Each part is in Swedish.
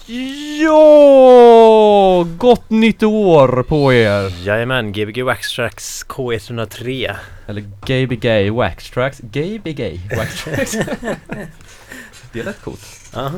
Ja, gott nytt år på er. Jajamän, Gbg Wax Tracks K103. Eller Gbg Wax Tracks. Gbg Wax Tracks. Det är rätt coolt.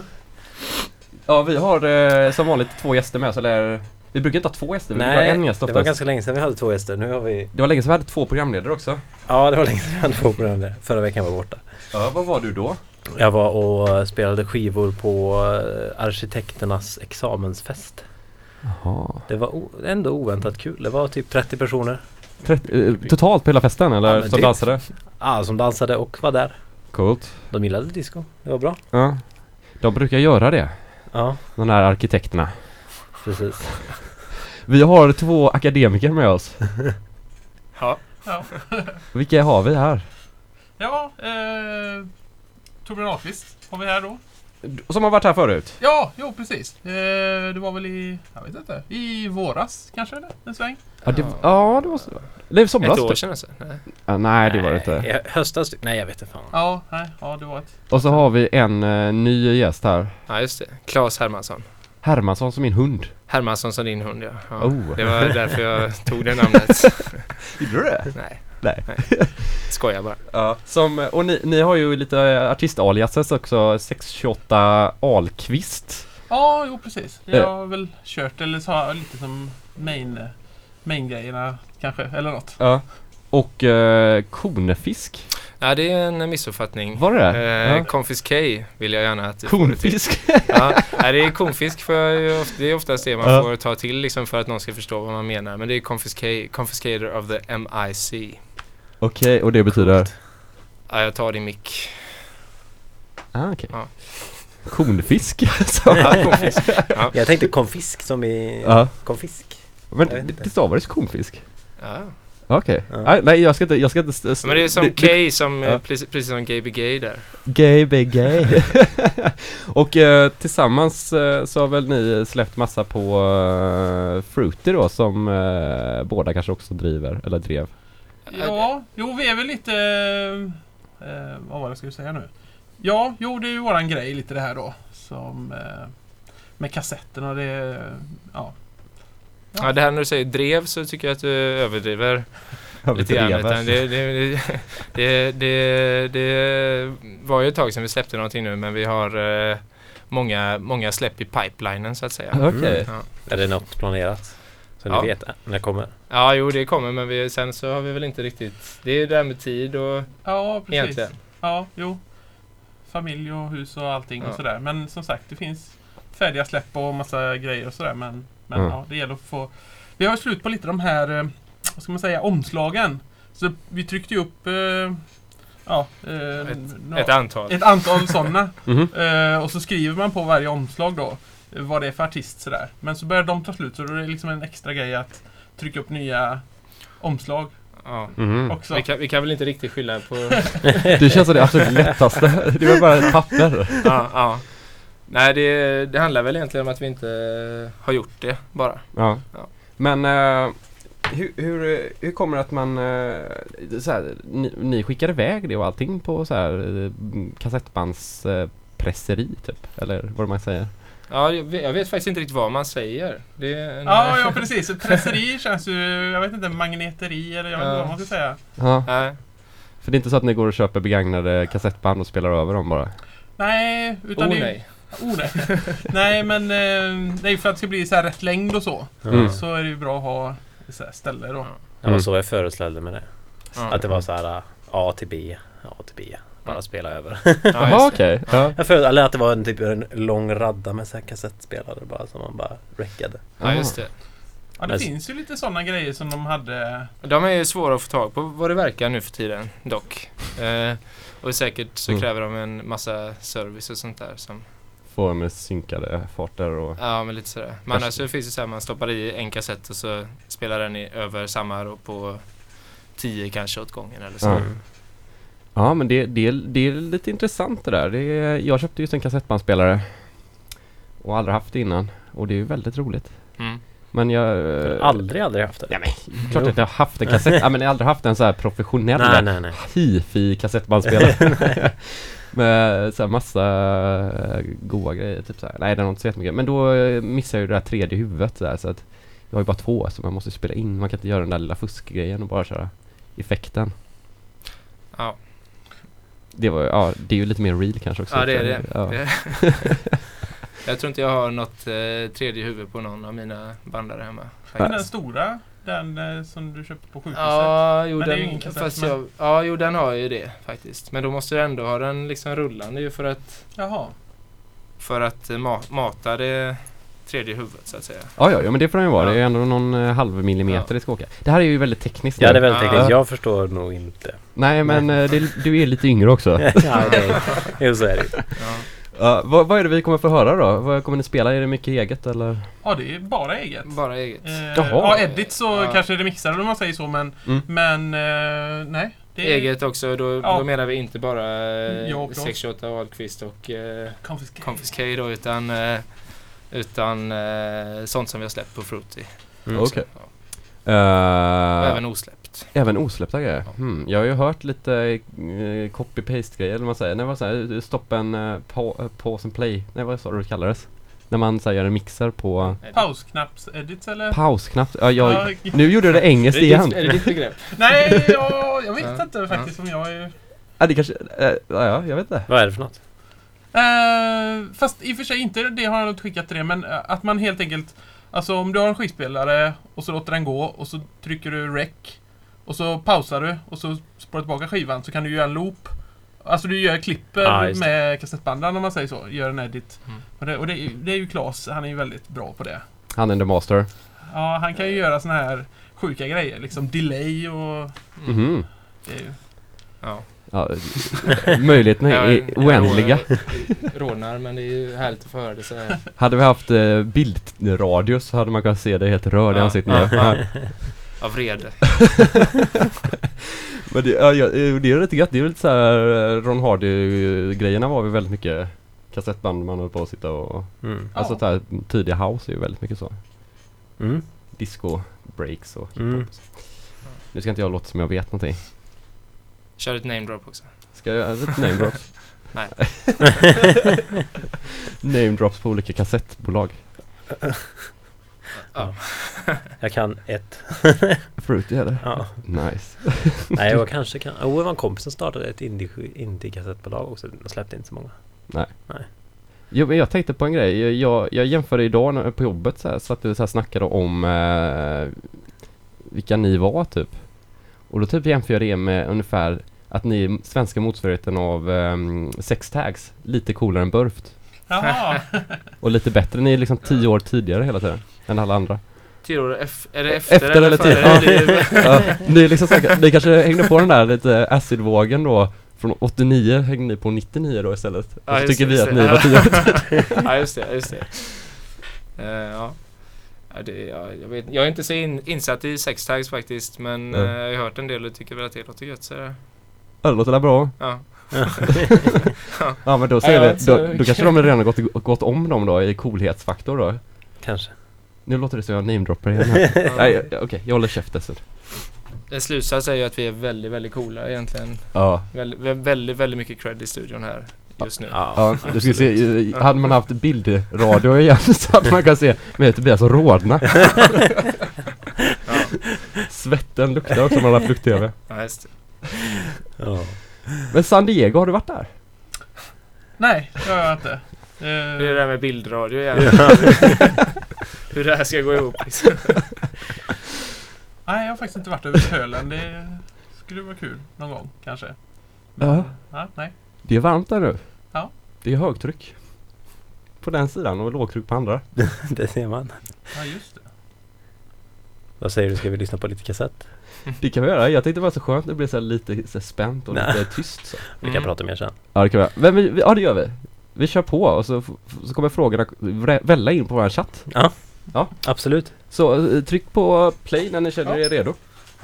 Ja, vi har som vanligt 2 gäster med oss. Eller vi brukar inte ha 2 gäster. Vi har en gäst oftast. Det var ganska länge sedan vi hade 2 gäster. Nu har vi... Det var länge sedan vi hade 2 programledare också. Ja, det var länge sedan vi hade 2 programledare. Förra veckan var borta. Ja, vad var du då? Jag var och spelade skivor på arkitekternas examensfest. Jaha. Det var ändå oväntat kul. Det var typ 30 personer. Totalt på hela festen eller Ja, som typ. dansade? Ja, som dansade och var där. Coolt. De gillade disco. Det var bra. Ja. De brukar göra det. Ja, De här arkitekterna. precis. Vi har 2 akademiker med oss. Ja. Vilka har vi här? Ja, Torbjörn Ahlqvist har vi här då. Som har varit här förut. Ja, jo precis. Det var väl jag vet inte, i våras kanske eller? En sväng. Ja, det var så. Det är somras. Ett år sedan alltså. Nej. Nej, det var det inte. Höstas. Nej, jag vet inte fan. Ja, det var ett. Och så har vi en ny gäst här. Ja, just det. Claes Hermansson. Hermansson som min hund. Hermansson som din hund, ja. Oh. Det var därför jag tog det namnet. Gjorde du det? Nej. Skojar bara. Ja. Och ni har ju lite artistaliases också. 628 Ahlqvist. Ja, jo precis. Jag har väl kört eller så har jag lite som main-grejerna kanske, eller något. Ja. Och Konefisk. Ja, det är en missuppfattning. Var det? Ja. Confiscate vill jag gärna att du Konfisk. Ja, nej, det är konfisk för det är oftast det man får ta till liksom för att någon ska förstå vad man menar. Men det är confiscator of the MIC. Okej, och det betyder? Ja, jag tar din mick. Okej. Ja. Konfisk. Ja, konfisk. Ja. Jag tänkte konfisk som i konfisk. Men det stavades konfisk. Ja. Okej. Ja. Nej, jag ska inte Men det är som K som precis som Gbg där. Gbg. Och tillsammans så har väl ni släppt massa på Fruity då som båda kanske också driver eller drev. Ja, jo vi är väl lite vad var det ska jag säga nu? Ja, jo det är ju våran grej lite det här då som med kassetterna det Ja, det här när du säger drev så tycker jag att du överdriver lite grann. Utan det var ju ett tag sedan vi släppte någonting nu, men vi har många släpp i pipelinen så att säga. Okej. Ja. Är det något planerat? Så ni vet när det kommer? Ja, jo det kommer, men sen så har vi väl inte riktigt. Det är det där med tid och ja, precis. egentligen. Ja, jo. Familj och hus och allting och sådär. Men som sagt, det finns färdiga släpp och massa grejer och sådär. Men ja, det gäller att få... Vi har slut på lite de här, vad ska man säga, omslagen. Så vi tryckte ju upp ett antal sådana. Och så skriver man på varje omslag då vad det är för artist sådär. Men så börjar de ta slut så då är det liksom en extra grej att trycka upp nya omslag. Ja. Också. Vi kan väl inte riktigt skylla på... Det känns som det absolut lättaste. Det var bara ett papper. Ja. Nej, det handlar väl egentligen om att vi inte har gjort det bara. Ja. Men hur kommer det att man så här, ni skickar iväg det och allting på så här kassettbandspresseri typ eller vad man säger? Ja, jag vet faktiskt inte riktigt vad man säger. Det är ja, precis. Presseri känns ju, jag vet inte, magneteri eller jag vet inte vad man ska säga. Ja. För det är inte så att ni går och köper begagnade kassettband och spelar över dem bara? Nej, utan nej. Nej, men det är för att det ska bli så här rätt längd och så. Så är det ju bra att ha så här ställe då. Det var så jag föreställde med det. Att det var så här A till B. Bara spela över. Jaha, okej. Ja. Eller att det var en lång radda med så här kassettspelare bara som man bara räckade. Ja, just det. Ja, det finns ju lite sådana grejer som de hade. De är ju svåra att få tag på vad det verkar nu för tiden dock. Och säkert så kräver de en massa service och sånt där som får med synkade farter och... Ja, men lite sådär. Men annars så finns det så här, man stoppar i en kassett och så spelar den över samma då på 10 kanske åt gången eller så. Ja, men det är lite intressant det där. Jag köpte just en kassettbandspelare och aldrig haft det innan. Och det är ju väldigt roligt. Men jag... aldrig haft det. Ja, men klart att jag har haft en kassett. Ja, men jag har aldrig haft en så här professionell nej. hifi kassettbandspelare. Med så här massa goda grejer typ så här. Nej, det är inte så jättemycket. Men då missar jag ju det där tredje huvudet där, så att jag har ju bara 2 så man måste spela in. Man kan inte göra den där lilla fuskgrejen och bara köra effekten. Ja. Det är ju lite mer real kanske också. Ja, det är det. Ja. Jag tror inte jag har något tredje huvud på någon av mina bandare hemma. Men den stora, den som du köpte på sjukhuset. Ja, jo, men det är ju ingen kassett, den har ju det faktiskt. Men då måste du ändå ha den liksom rullande ju för att mata det tredje huvudet så att säga. Ja, men det får den ju vara. Det är ändå någon halv millimeter det ska åka. Det här är ju väldigt tekniskt. Ja, det är väldigt tekniskt. Jag förstår nog inte. Nej, men du är lite yngre också. Ja, så är det. Vad är det vi kommer få höra då? Vad kommer ni spela? Är det mycket eget eller? Ja, det är bara eget. Bara eget. Ja, edit så kanske det mixar om man säger så, men nej. Det är eget också, då menar vi inte bara 628 Ahlqvist och Confiscate då, utan sånt som vi har släppt på Fruity. Okej. Även osläppt. Även osläppta grejer. Jag har ju hört lite copy-paste grejer, eller man säger. När man säger stopp en pause and play. Nej, vad sa du kallades? När man säger en mixer på pausknapps-edits eller? Pausknapp. Ja, nu gjorde det engelskt igen. Är det ditt begrepp? Nej, jag vet inte faktiskt om jag är... Ja, det kanske... jag vet inte. Vad är det för något? Fast i och för sig inte, det har jag nog skickat till det, men att man helt enkelt, alltså om du har en skivspelare och så låter den gå och så trycker du rec och så pausar du och så spårar tillbaka skivan, så kan du göra en loop. Alltså du gör klipper med kassettbanden om man säger så, gör en edit. Och det är ju Claes, han är ju väldigt bra på det. Han är the master. Ja, han kan ju göra såna här sjuka grejer, liksom delay och... Det är ju... Ja, möjligheterna är oändliga. Rånar, men det är ju härligt att få höra det så här. Hade vi haft bildradio så hade man kunnat se det helt rörd i ansiktet nu. Av vrede. Men det är rätt gött. Det är lite så här Ron Hardy-grejerna var vi väldigt mycket kassettband man höll på att sitta och... Alltså det här tidiga house är ju väldigt mycket så. Disco, breaks och hiphop. Nu ska inte jag låta som jag vet någonting. Kör ett name drop också. Ska jag göra ett name drop? Nej. Name drops på olika kassettbolag. Jag kan ett. Fruity är det? Ja. Nice. Nej, jag kanske kan. Det var en kompis som startade ett indie-kassettbolag också. De släppte inte så många. Nej. Jo, men jag tänkte på en grej. Jag jämförde idag på jobbet så att du så här snackade om vilka ni var typ. Och då typ jämför jag det med ungefär att ni är svenska motsvarigheten av Sex Tags. Lite coolare än Burft. Jaha. Och lite bättre. Ni är liksom 10 år tidigare hela tiden än alla andra. 10 år är det efter eller tidigare? Ja, ni är liksom säkert, ni kanske hängde på den där lite acid-vågen då. Från 89 hängde ni på 99 då istället. Och så tycker vi att ni var 10 år tidigare. Ja, just det. Jag vet, jag är inte så insatt i Sex Tags faktiskt, men jag har hört en del och tycker väl att det låter gött. Så ja, det låter bra. Ja. Ja, men då säger vi, då kanske de redan har gått om dem då i coolhetsfaktor då. Kanske. Nu låter det så jag namedropper igen här. Nej, okej, jag håller käften. En slutsats är ju att vi är väldigt, väldigt coola egentligen. Ja. Väldigt, väldigt mycket cred i studion här just nu. Ja, du ska se, hade man haft bildradio igen så hade man kan se med Tobias rodna. Svetten luktar också om man har flukt-tv. Ja, just det. Ja. Men San Diego, har du varit där? Nej, det har jag inte. Det är det där med bildradio igen. Hur det här ska gå ihop liksom. Nej, jag har faktiskt inte varit över Hölen. Det skulle vara kul någon gång, kanske. Men, nej. Det är varmt där nu. Ja. Det är högtryck på den sidan och lågtryck på andra. Det ser man. Ja, just det. Vad säger du, ska vi lyssna på lite kassett? Det kan vi göra. Jag tänkte det var så skönt. Det blir så lite så spänt och lite tyst så. Vi kan prata mer sen. Ja, det kan vi. Men ja, det gör vi. Vi kör på och så kommer frågorna välla in på vår chatt. Ja, absolut. Så tryck på play när ni känner er redo.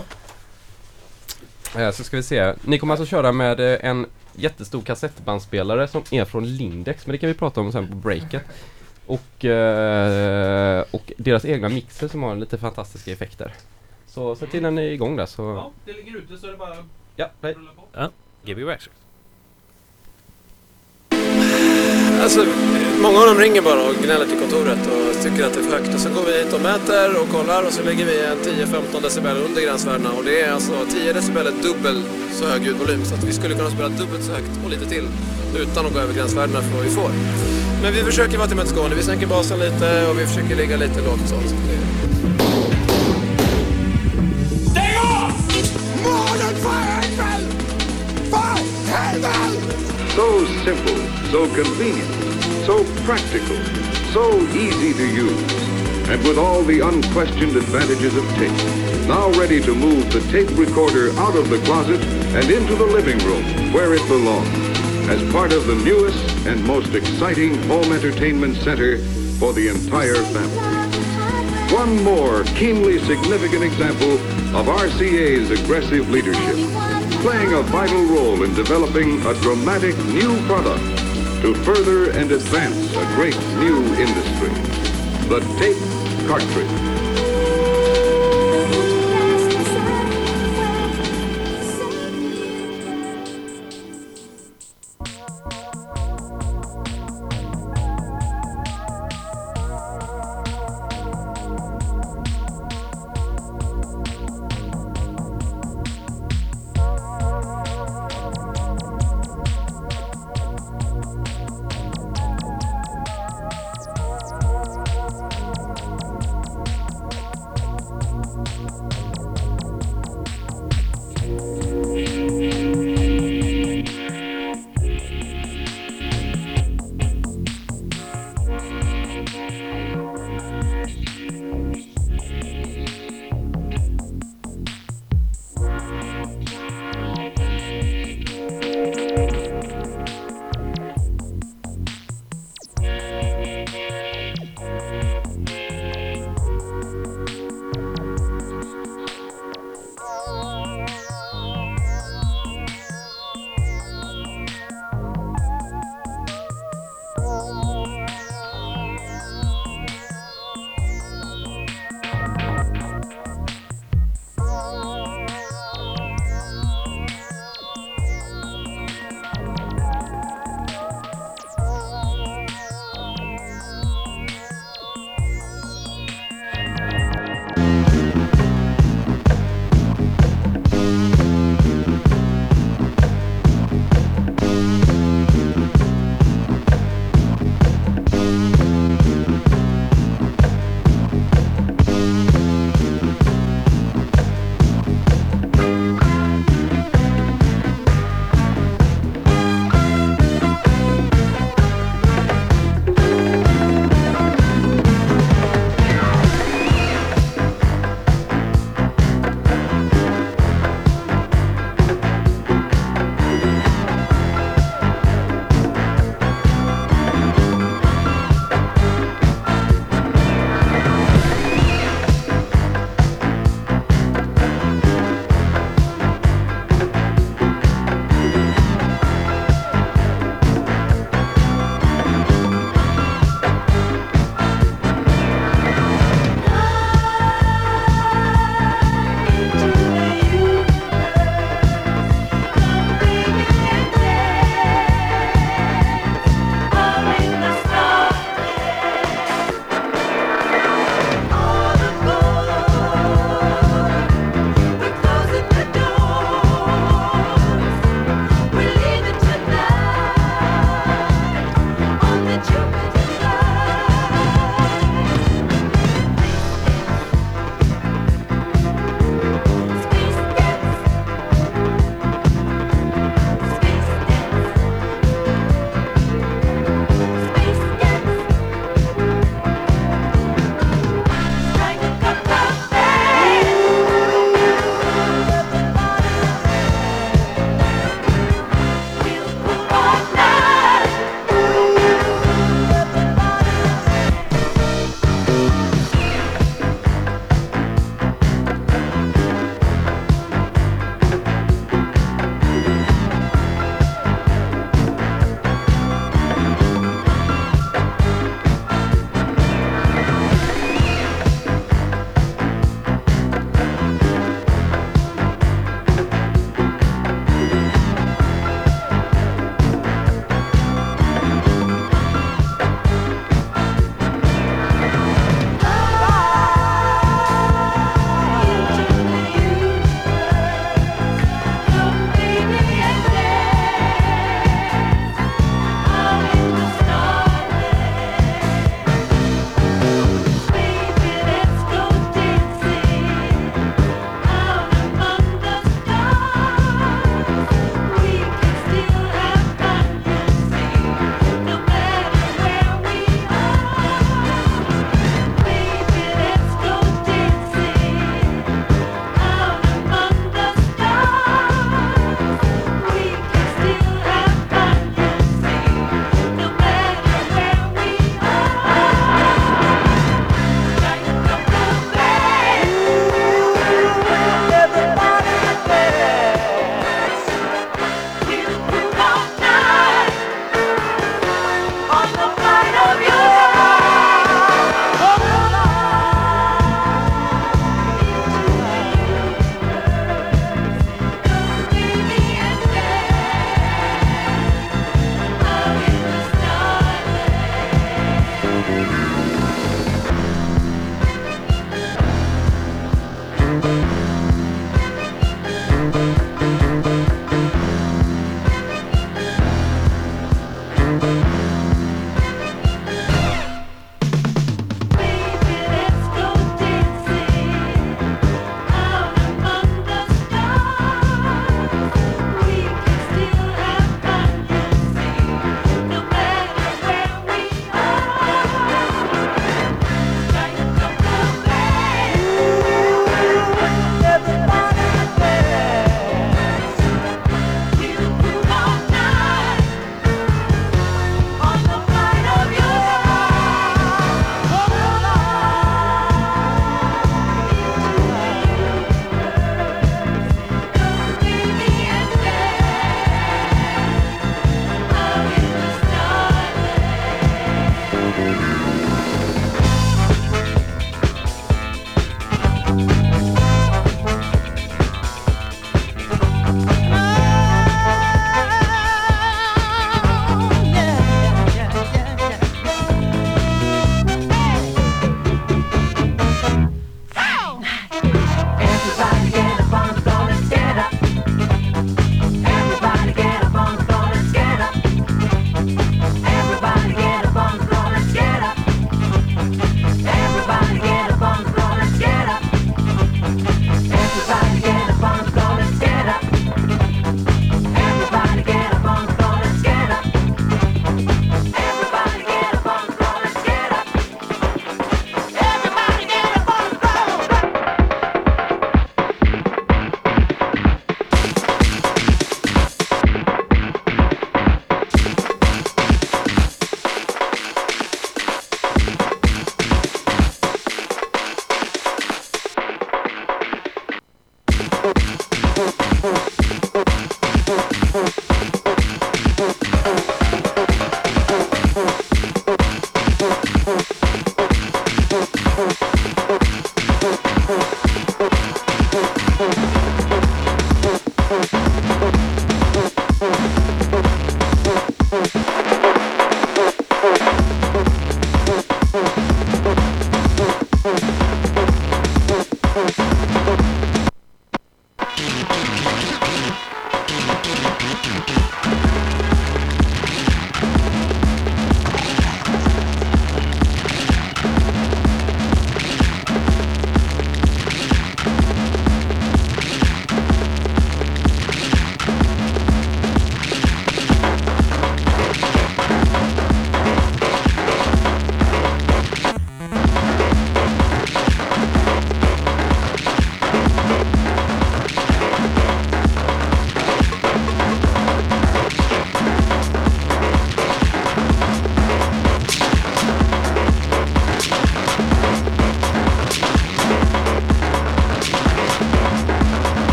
Ja. Så ska vi se. Ni kommer alltså köra med en jättestor kassettbandspelare som är från Lindex. Men det kan vi prata om sen på breaket. Och deras egna mixer som har lite fantastiska effekter. Så sätt till den igång där så... Ja, det ligger ute så är det bara ja, play. rulla på. Ja, Gbg Waxtrax. Alltså, många av dem ringer bara och gnäller till kontoret och tycker att det är för högt. Och så går vi hit och mäter och kollar och så lägger vi en 10-15 decibel under gränsvärdena. Och det är alltså 10 decibel dubbel så hög ljudvolym. Så att vi skulle kunna spela dubbelt så högt och lite till utan att gå över gränsvärdena för vad vi får. Men vi försöker vara tillmötesgående. Vi sänker basen lite och vi försöker ligga lite lågt och sånt. Stay off! More fire engine! So simple, so convenient, so practical, so easy to use. And with all the unquestioned advantages of tape, now ready to move the tape recorder out of the closet and into the living room where it belongs, as part of the newest and most exciting home entertainment center for the entire family. One more keenly significant example of RCA's aggressive leadership, playing a vital role in developing a dramatic new product to further and advance a great new industry, the tape cartridge.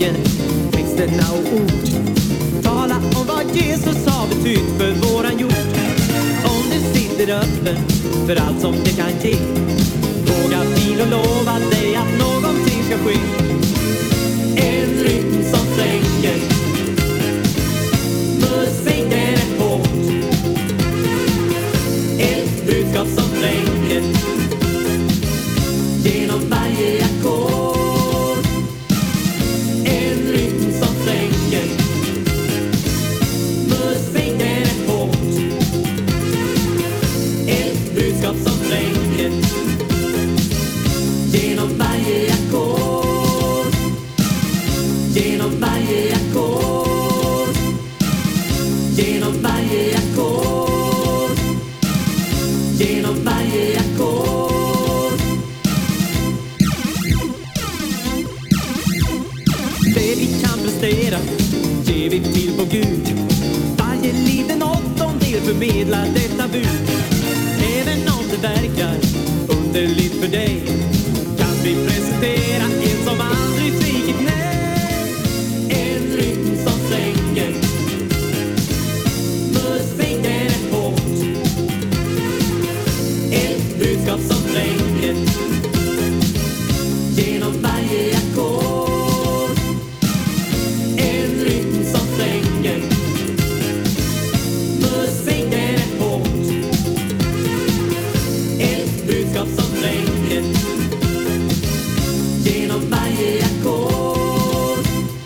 vägen, texterna och ord. Tala om vad Jesus har betytt för våran jord. Om du sitter öppen för allt som det kan ge, våga till och lova dig att någonting ska ske. En rytm som sänker, musiken är hårt. Ett budskap som tränger genom varje ackord. En rytm som sänker, musiken är hårt. Ett budskap som tränger genom varje ackord. Genom varje ackord. Genom varje ackord. Genom varje ackord. Det vi kan prestera ger vi till på Gud. Varje liten åttondel förmedlar detta bud. Även om det verkar underligt för dig, kan vi presentera en som aldrig svikit nej. En rytm som sänker, musiken är hårt. Ett budskap som tränger genom varje ackord. En rytm som sänker, musiken är hårt. Ett budskap som tränger genom varje ackord.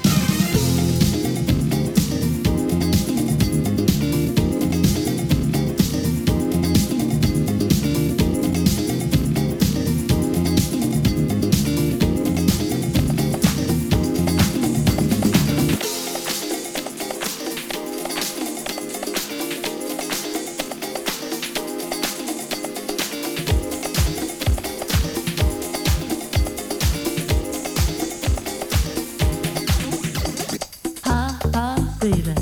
Ha ha baby.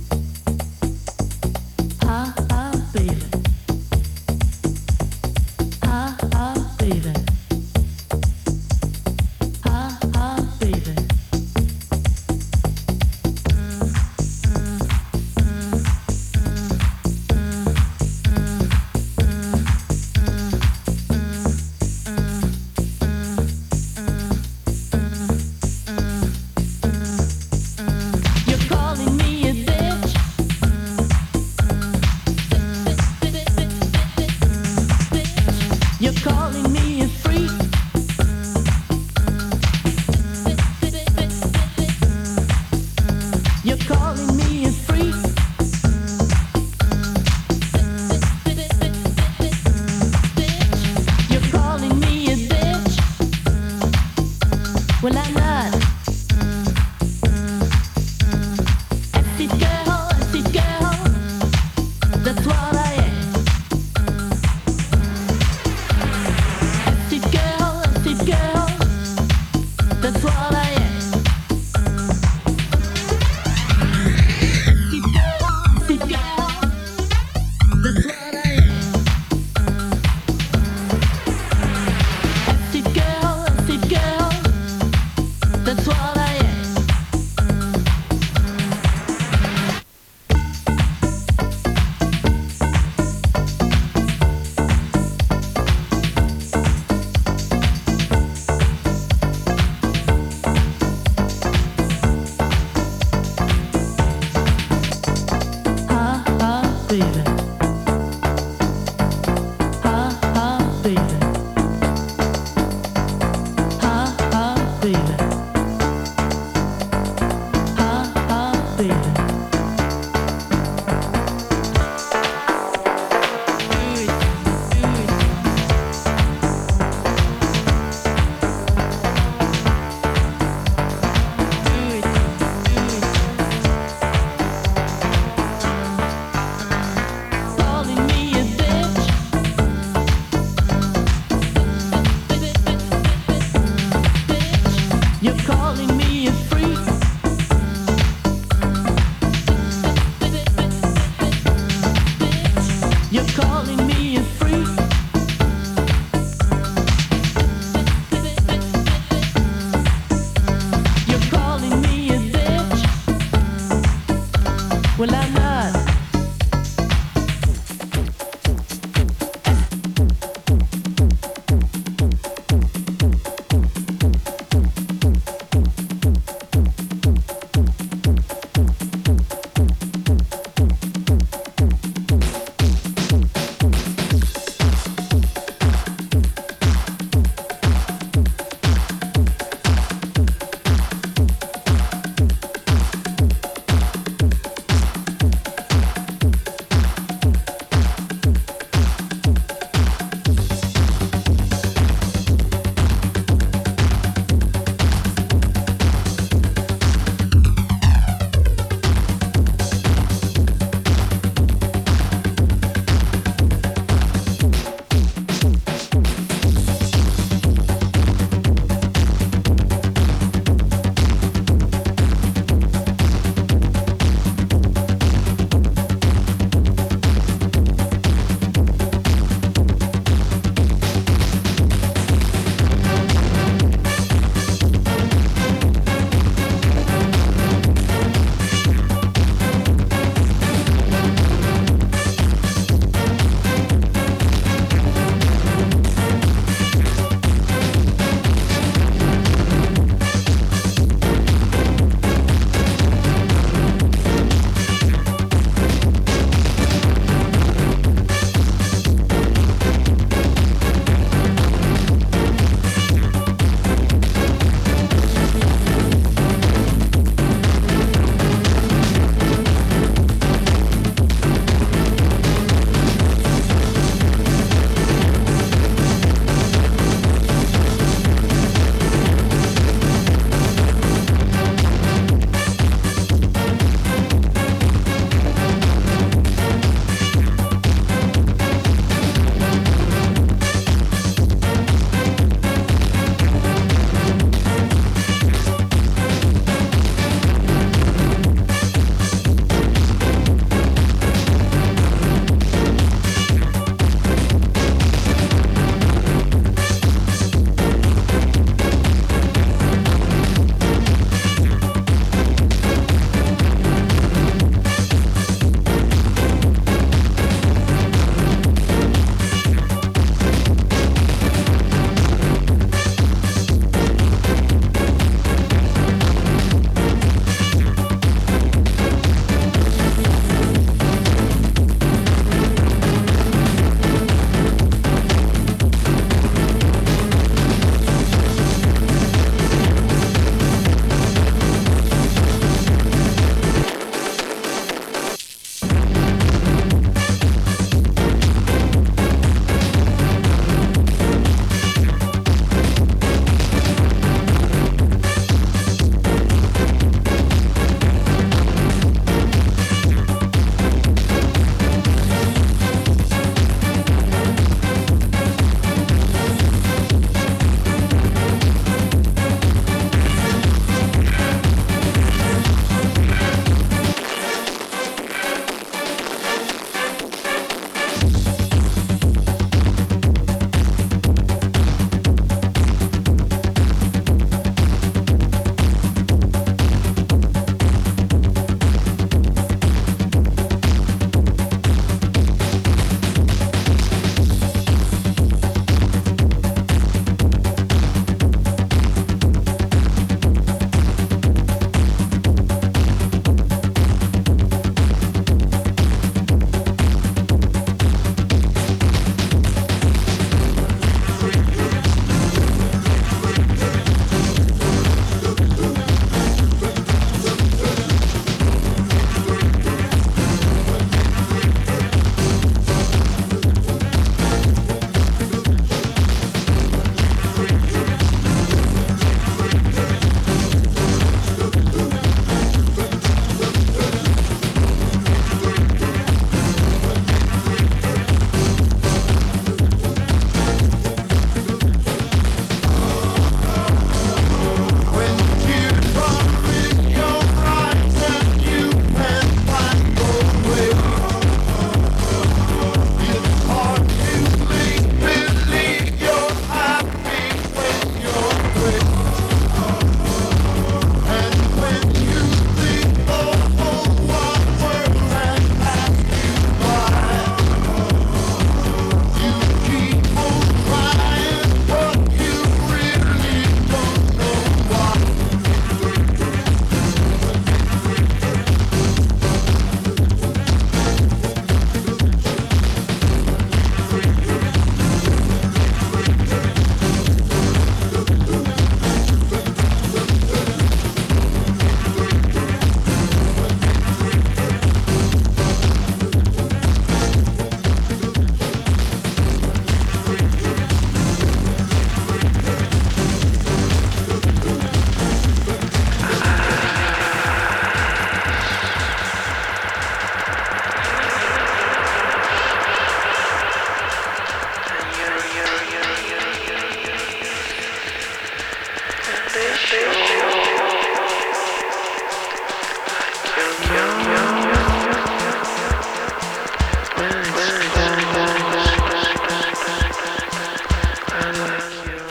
Ha ha baby. Ha ha baby. Ha ha baby. You're calling me a bitch.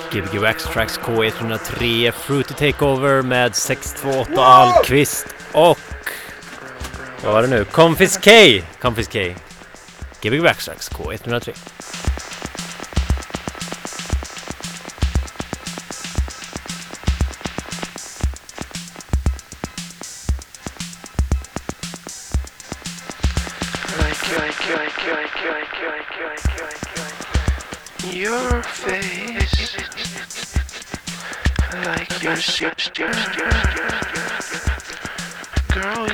Gbg Wax Tracks K103 Fruity Takeover med 628 Ahlqvist och vad var det nu? Confiscate Gbg Wax Tracks K103. Your face, like your sister, girl,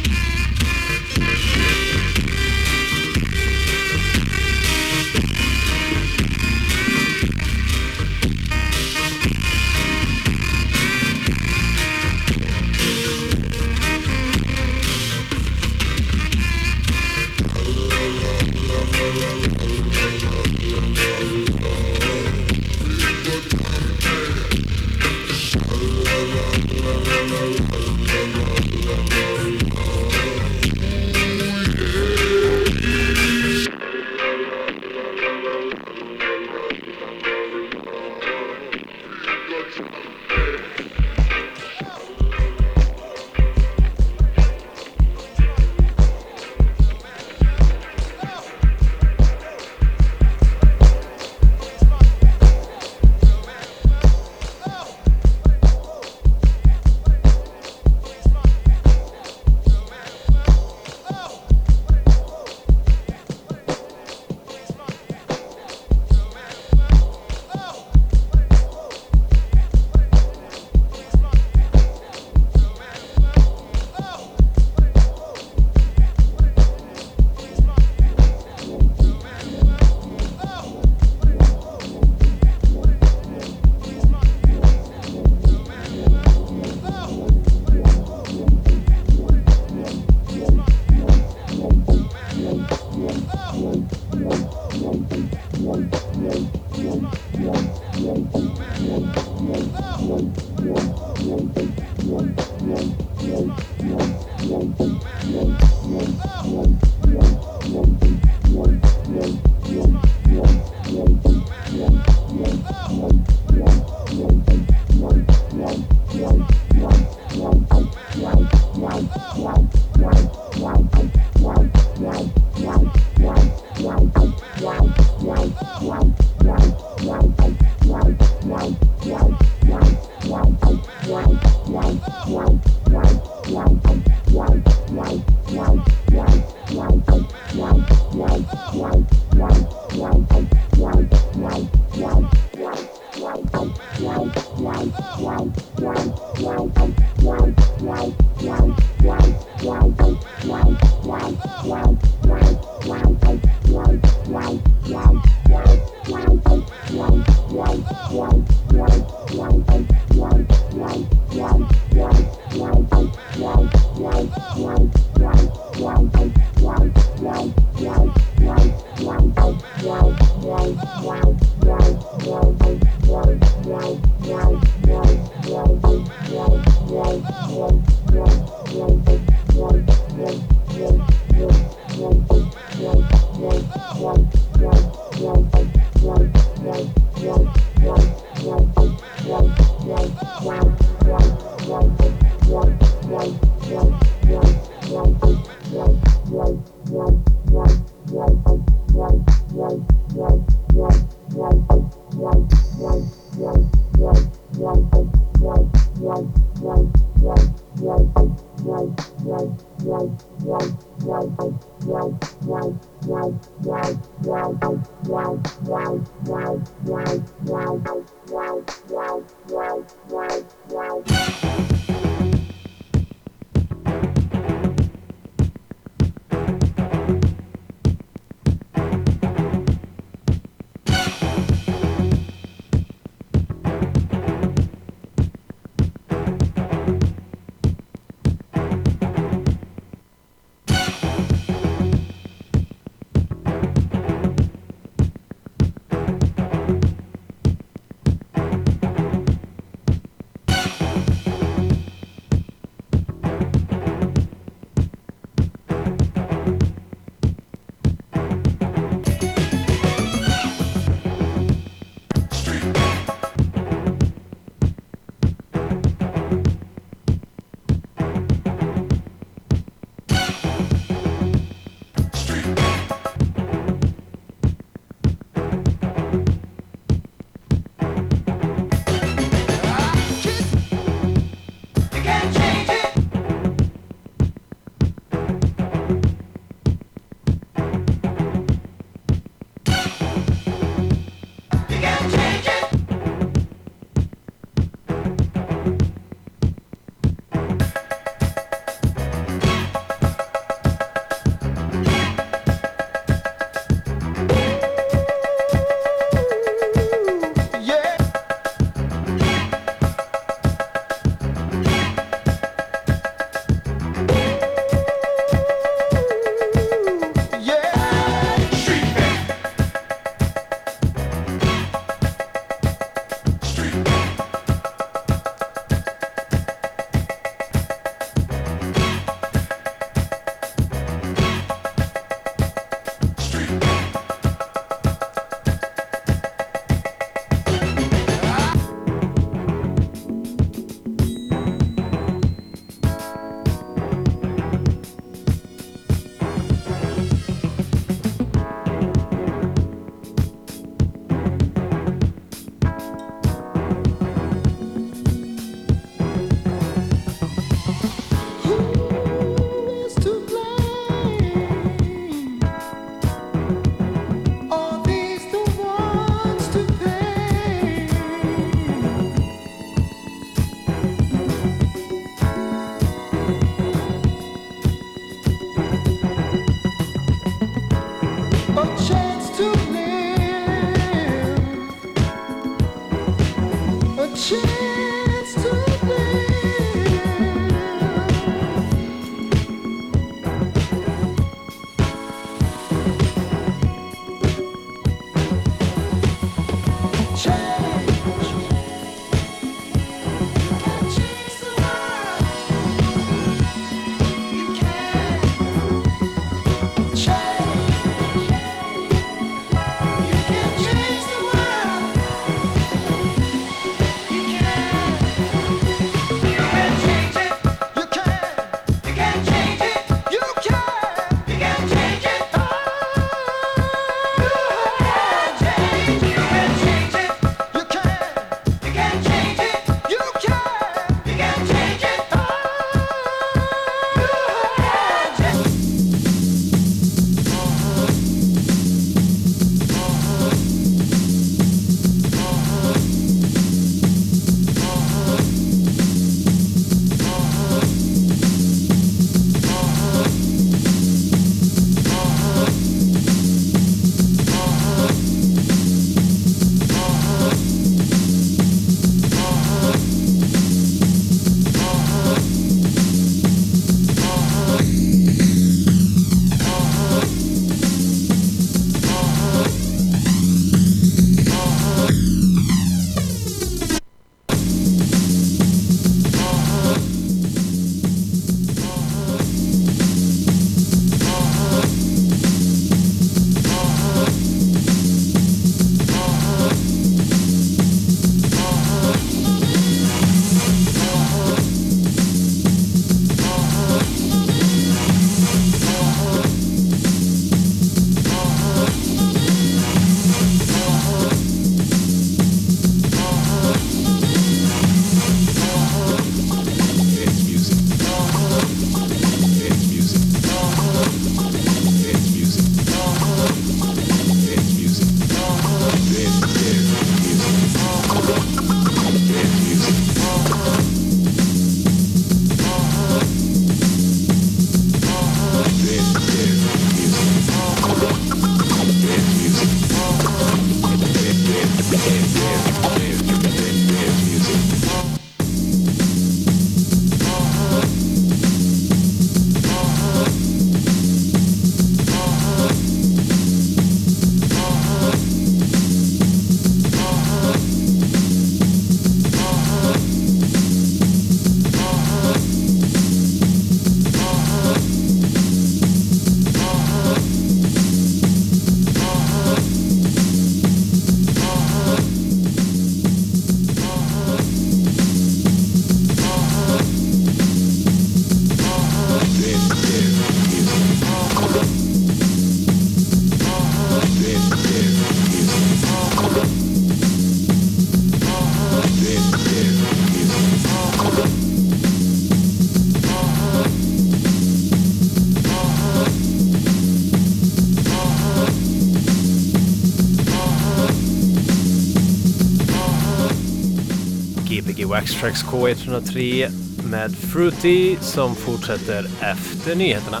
Gbg Wax Trax K103 med Fruity som fortsätter efter nyheterna.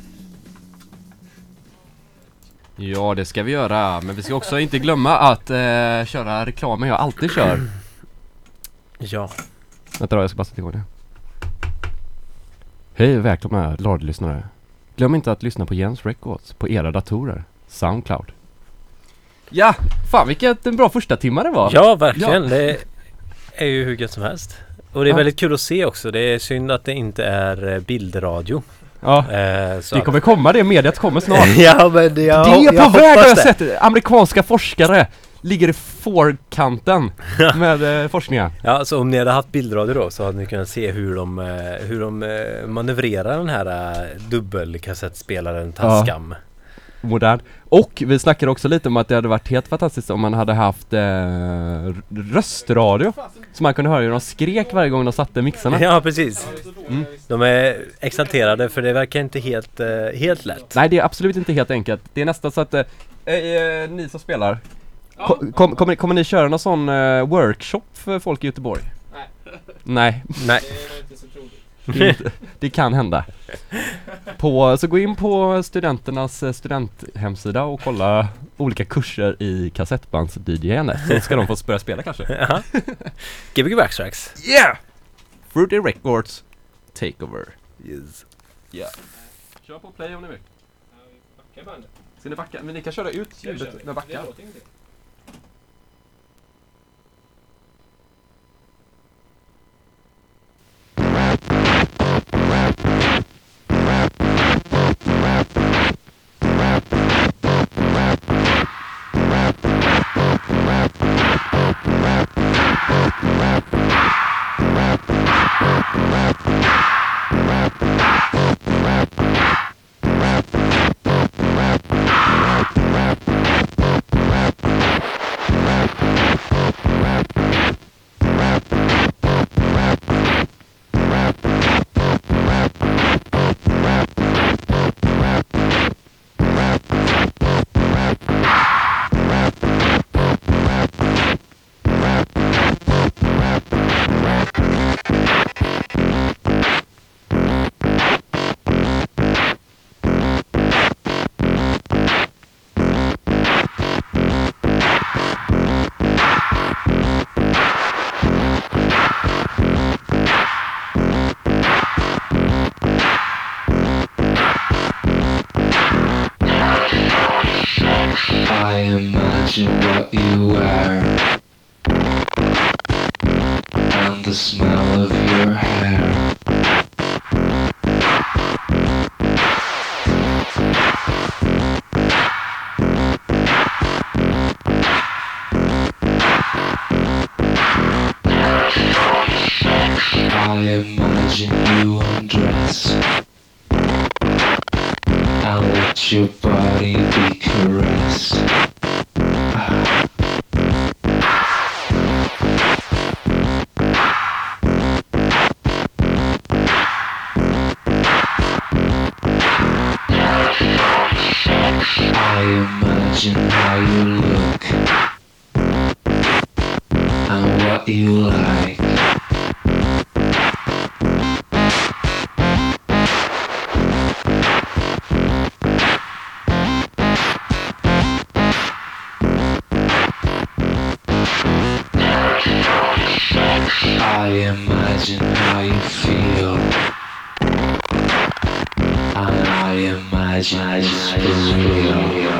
Ja, det ska vi göra. Men vi ska också inte glömma att köra reklamen jag alltid kör. Ja. Vänta då, jag ska bara sätta igång det. Hej och välkomna radiolyssnare. Glöm inte att lyssna på Jens Records på era datorer. Soundcloud. Ja, fan vilket en bra första timme det var. Ja, verkligen. Ja. Det är ju hur gött som helst. Och det är väldigt kul att se också. Det är synd att det inte är bildradio. Ja, det kommer komma, det mediet kommer snart. Ja, men det är på väg, har jag sett. Amerikanska forskare ligger i förkanten med forskningar. Ja, så om ni hade haft bildradio då så hade ni kunnat se hur de manövrerar den här dubbelkassettspelaren Tascam. Ja. Modern. Och vi snackade också lite om att det hade varit helt fantastiskt om man hade haft röstradio. Så man kunde höra hur de skrek varje gång de satte mixarna. Ja, precis. De är exalterade för det verkar inte helt lätt. Nej, det är absolut inte helt enkelt. Det är nästan så att ni som spelar kommer ni köra någon sån workshop för folk i Göteborg? Nej. Det är inte så troligt. Det kan hända. Så gå in på studenternas studenthemsida och kolla olika kurser i kassettbands-DJ:ande. Så ska de få börja spela kanske. Gbg Wax Trax. Yeah! Fruity Records Takeover. Yes. Yeah. Kör på play om ni vill. Ska ni backa? Men ni kan köra ut ljudet med backar. Imagine what you wear and the smell of your hair. I imagine you undress and let your body be caressed. I imagine how you look and what you like. I imagine how you feel, and I imagine it's real.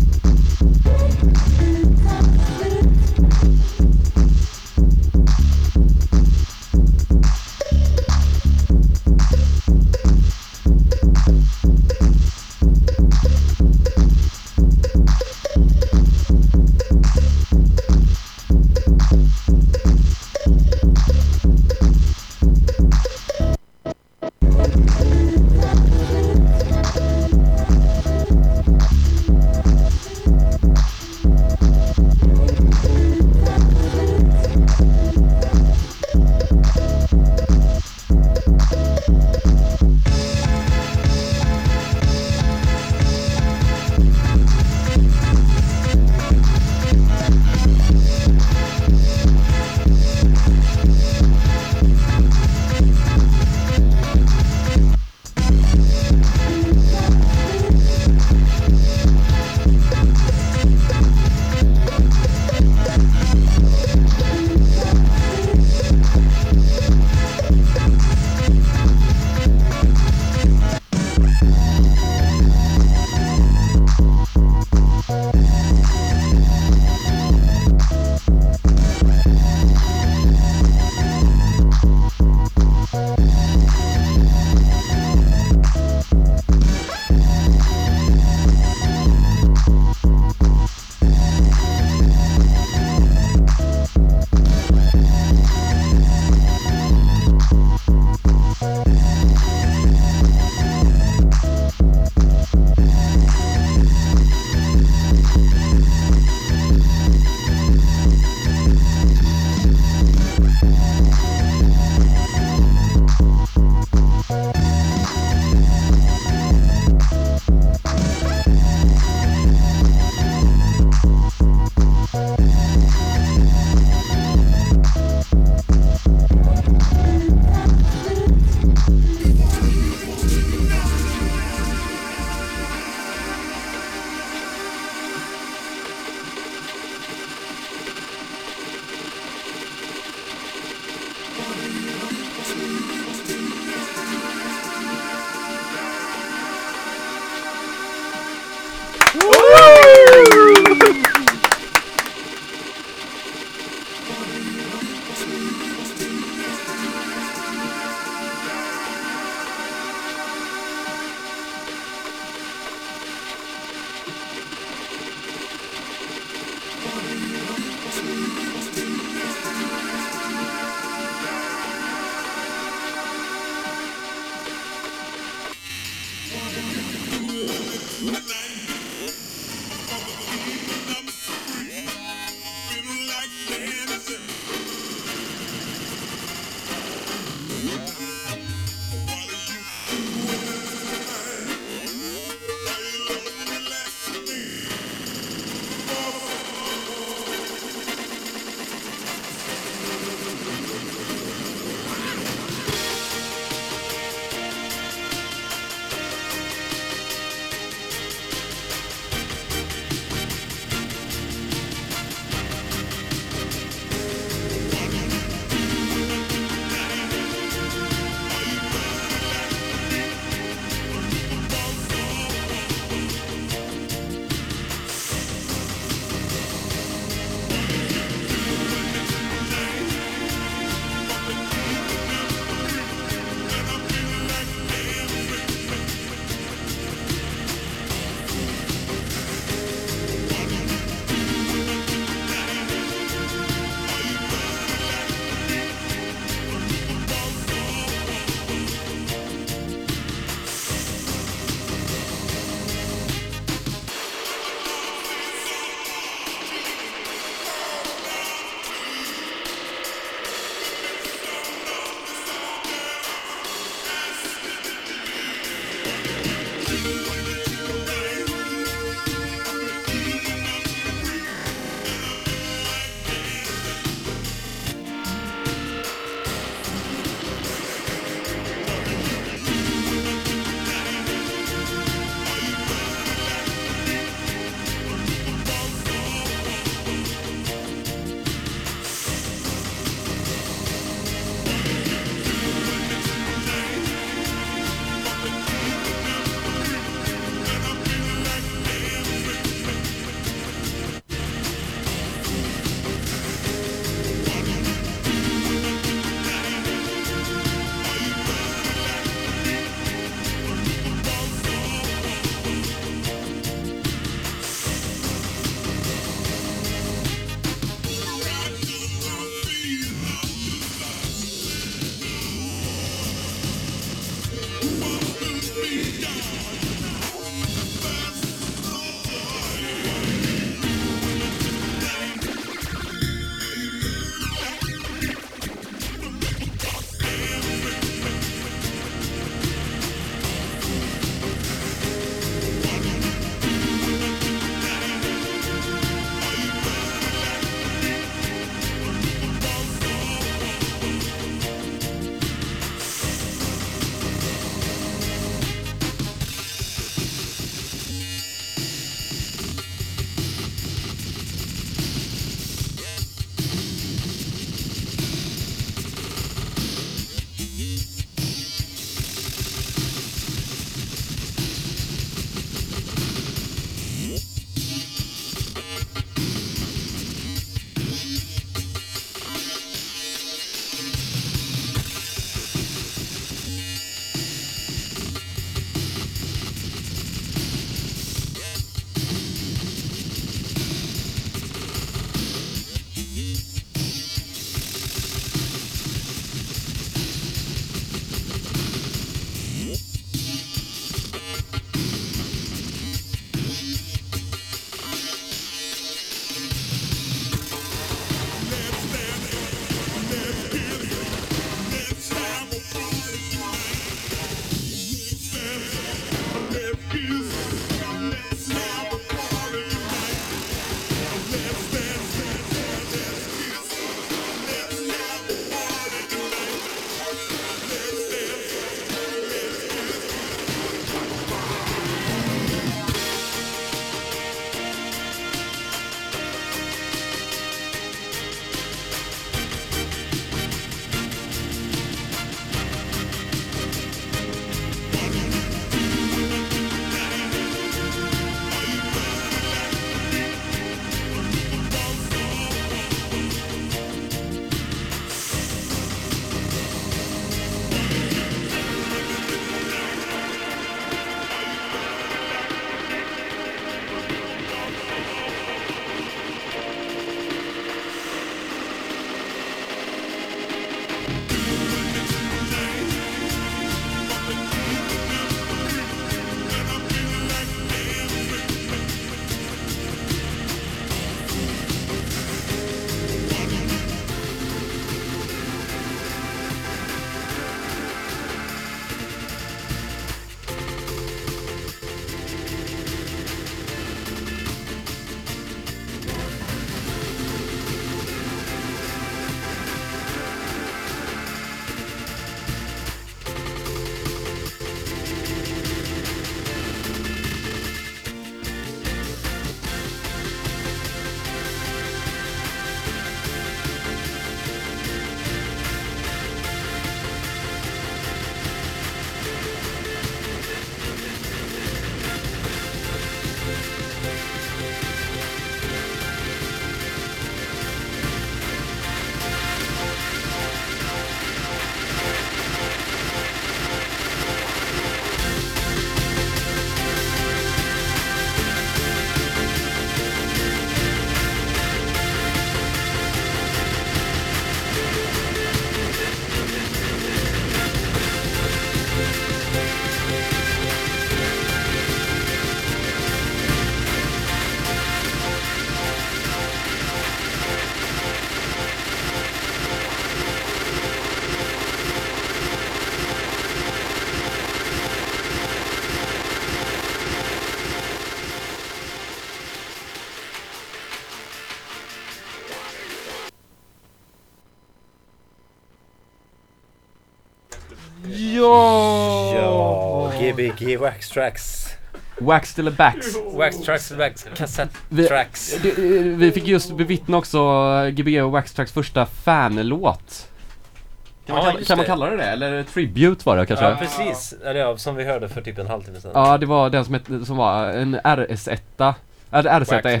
Gbg Wax Tracks. Wax till the backs. Wax Tracks, Wax Cassette Tracks. Vi fick just bevittna också Gbg Wax Tracks första fanlåt. Kan man kalla det? Eller tribute var det kanske? Ja, precis. Eller som vi hörde för typ en halvtimme sedan. Ja, det var den som var en RS1. RZ1.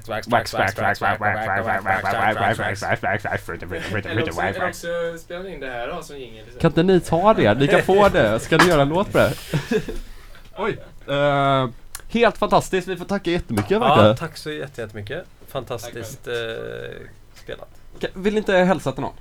Kan inte ni ta det? Ni kan få det. Ska ni göra en låt på det? Oj. Helt fantastiskt. Vi får tacka jättemycket. Ja, tack så jättemycket. Fantastiskt spelat. Vill ni inte hälsa till någon?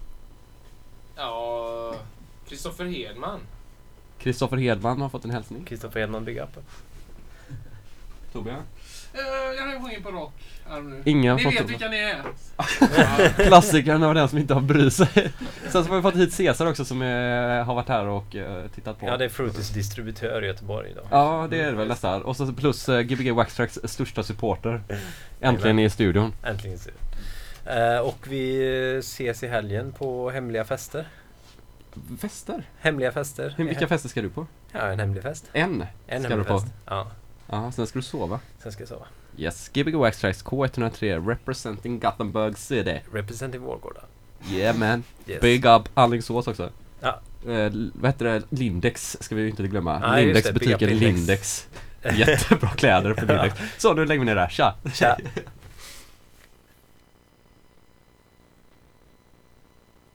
Ja, Kristoffer Hedman har fått en hälsning. Kristoffer Hedman, big up. Tobias? Jag har sjungit på rock. Ingen ni vet vilka ni är. Klassikern av den som inte har bryr sig. Sen så har vi fått hit Cesar också som har varit här och tittat på. Ja, det är Fruitys distributör i Göteborg idag. Ja, det är det väl nästan. Och så plus Gbg Wax Tracks största supporter. Äntligen i studion. Äntligen i studion. Och vi ses i helgen på hemliga fester. Fester? Hemliga fester. Vilka fester ska du på? Ja, en hemlig fest. En ska du på? Ja. Ja, sen ska du sova. Sen ska jag sova. Yes, Gbg Wax Tracks K103 representing Gothenburg City. Representing Vårgårda. Yeah man. Yes. Big up Alingsås också. Ja. Vad heter det? Lindex ska vi ju inte glömma. Ah, Lindex butiken Lindex. Jättebra kläder på Lindex. Så nu lägger vi ner där. Tja.